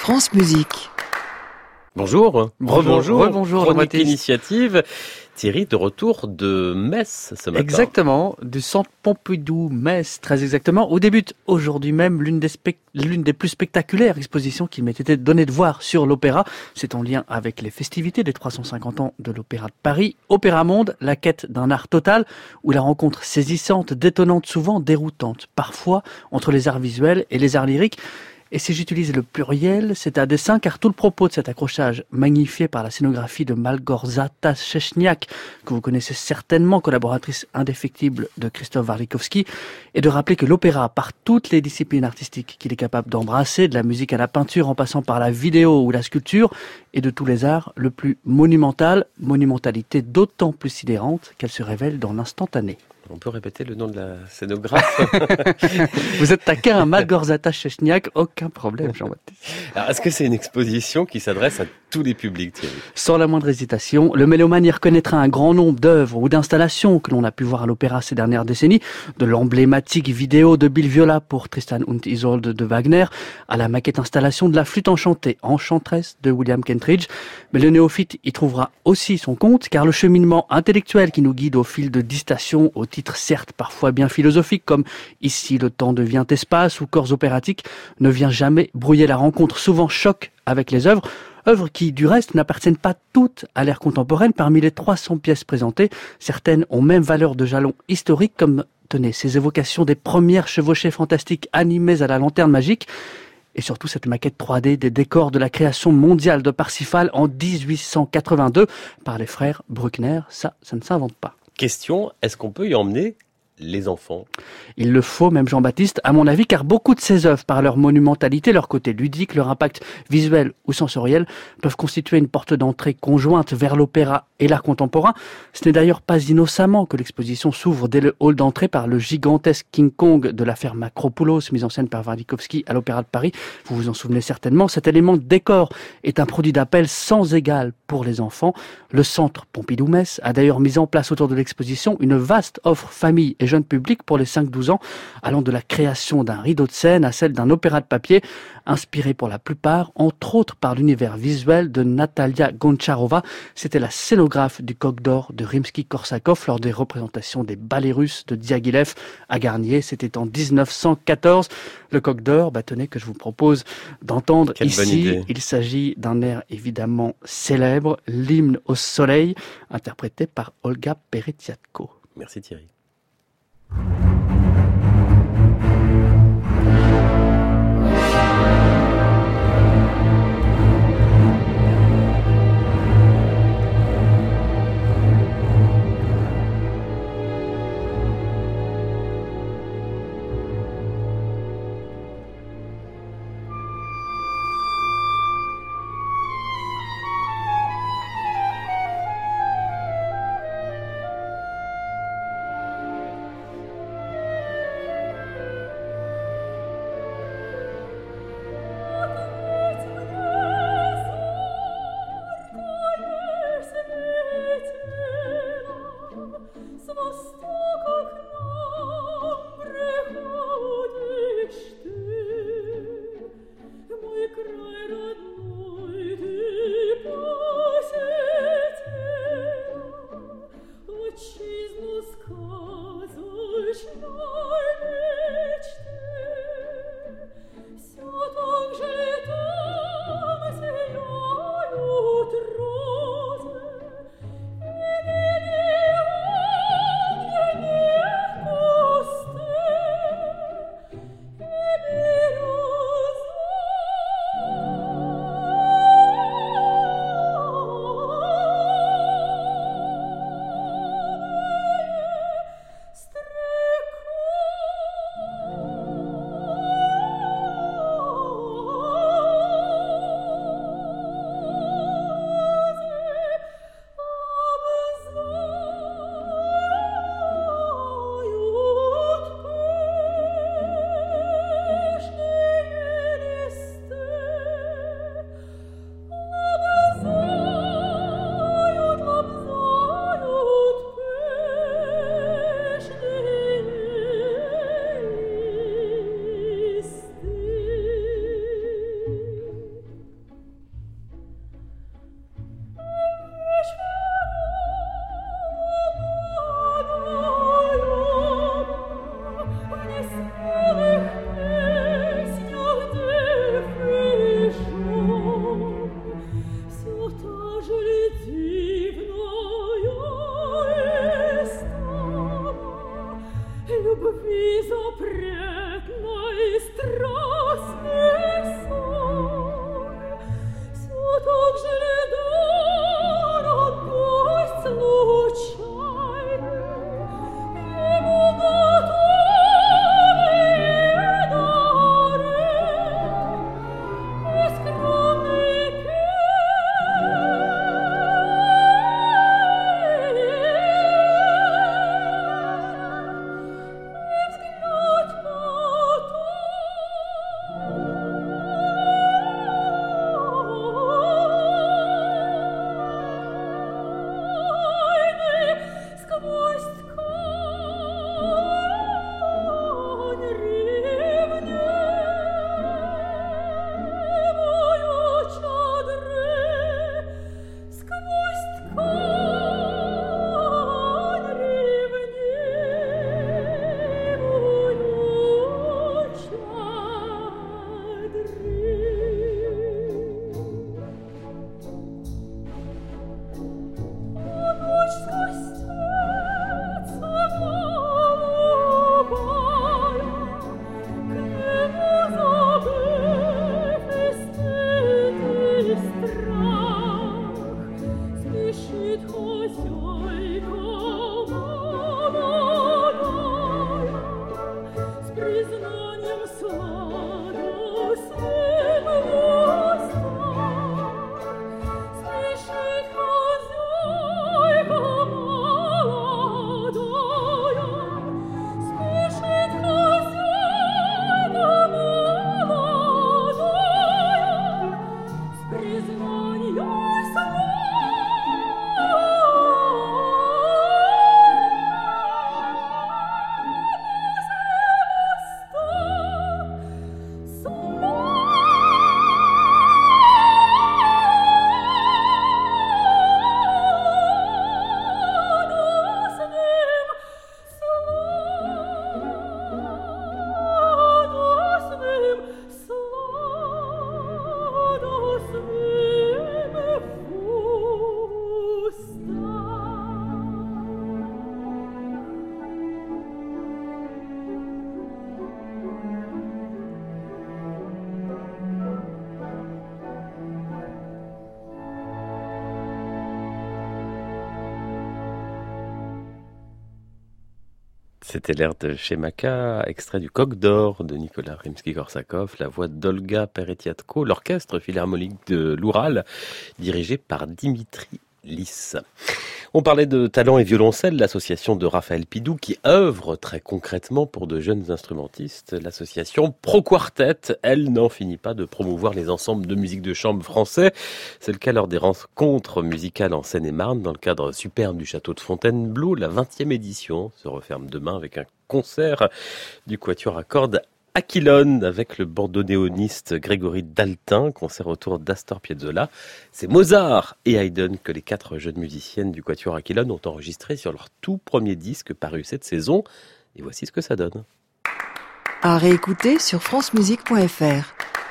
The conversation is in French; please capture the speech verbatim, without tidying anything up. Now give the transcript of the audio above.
France Musique. Bonjour. Rebonjour. Rebonjour, Chronique Initiative. Thierry, de retour de Metz ce matin. Exactement, du Centre Pompidou-Metz, très exactement, où débute aujourd'hui même l'une des, spect- l'une des plus spectaculaires expositions qu'il m'ait été donné de voir sur l'opéra. C'est en lien avec les festivités des trois cent cinquante ans de l'Opéra de Paris. Opéra Monde, la quête d'un art total, où la rencontre saisissante, détonnante, souvent déroutante, parfois entre les arts visuels et les arts lyriques. Et si j'utilise le pluriel, c'est à dessein, car tout le propos de cet accrochage, magnifié par la scénographie de Malgorzata Szczesniak, que vous connaissez certainement, collaboratrice indéfectible de Christophe Warlikowski, est de rappeler que l'opéra, par toutes les disciplines artistiques qu'il est capable d'embrasser, de la musique à la peinture en passant par la vidéo ou la sculpture, et de tous les arts, le plus monumental, monumentalité d'autant plus sidérante qu'elle se révèle dans l'instantané. On peut répéter le nom de la scénographe. Vous êtes taquin à Malgorzata Szczesniak, aucun problème, Jean-Baptiste. Alors, est-ce que c'est une exposition qui s'adresse à tous les publics, Thierry ? Sans la moindre hésitation, le mélomane y reconnaîtra un grand nombre d'œuvres ou d'installations que l'on a pu voir à l'opéra ces dernières décennies, de l'emblématique vidéo de Bill Viola pour Tristan und Isolde de Wagner, à la maquette installation de la flûte enchantée, Enchantress de William Kentridge. Mais le néophyte y trouvera aussi son compte, car le cheminement intellectuel qui nous guide au fil de dix stations, au titre certes parfois bien philosophique, comme Ici le temps devient espace ou Corps opératique, ne vient jamais brouiller la rencontre, souvent choc avec les œuvres. Œuvres qui, du reste, n'appartiennent pas toutes à l'ère contemporaine. Parmi les trois cents pièces présentées, certaines ont même valeur de jalon historique, comme, tenez, ces évocations des premières chevauchées fantastiques animées à la lanterne magique, et surtout cette maquette trois D des décors de la création mondiale de Parsifal en dix-huit cent quatre-vingt-deux par les frères Bruckner. Ça, ça ne s'invente pas. Question, est-ce qu'on peut y emmener les enfants ? Il le faut, même Jean-Baptiste, à mon avis, car beaucoup de ces œuvres, par leur monumentalité, leur côté ludique, leur impact visuel ou sensoriel, peuvent constituer une porte d'entrée conjointe vers l'opéra et l'art contemporain. Ce n'est d'ailleurs pas innocemment que l'exposition s'ouvre dès le hall d'entrée par le gigantesque King Kong de l'affaire Macropoulos, mise en scène par Warlikowski à l'Opéra de Paris. Vous vous en souvenez certainement, cet élément de décor est un produit d'appel sans égal pour les enfants. Le Centre Pompidou-Metz a d'ailleurs mis en place autour de l'exposition une vaste offre famille et jeune public pour les cinq douze ans, allant de la création d'un rideau de scène à celle d'un opéra de papier, inspiré pour la plupart, entre autres par l'univers visuel de Natalia Goncharova. C'était la scénographe du Coq d'Or de Rimsky-Korsakov lors des représentations des ballets russes de Diaghilev à Garnier. C'était en dix-neuf cent quatorze. Le Coq d'Or, bah, tenez, que je vous propose d'entendre Quelle ici. Il s'agit d'un air évidemment célèbre, l'hymne au soleil, interprété par Olga Peretyatko. Merci Thierry. C'était l'air de Shemaka, extrait du Coq d'Or de Nicolas Rimsky-Korsakov, la voix d'Olga Peretiatko, l'orchestre philharmonique de l'Oural, dirigé par Dimitri Liss. On parlait de talent et violoncelle, l'association de Raphaël Pidou qui œuvre très concrètement pour de jeunes instrumentistes. L'association Pro Quartet, elle, n'en finit pas de promouvoir les ensembles de musique de chambre français. C'est le cas lors des rencontres musicales en Seine-et-Marne dans le cadre superbe du château de Fontainebleau. La vingtième édition se referme demain avec un concert du quatuor à cordes Aquilone avec le bandoneoniste Grégory Daltin, concert autour d'Astor Piazzolla. C'est Mozart et Haydn que les quatre jeunes musiciennes du quatuor Aquilone ont enregistré sur leur tout premier disque paru cette saison. Et voici ce que ça donne. À réécouter sur francemusique point f r.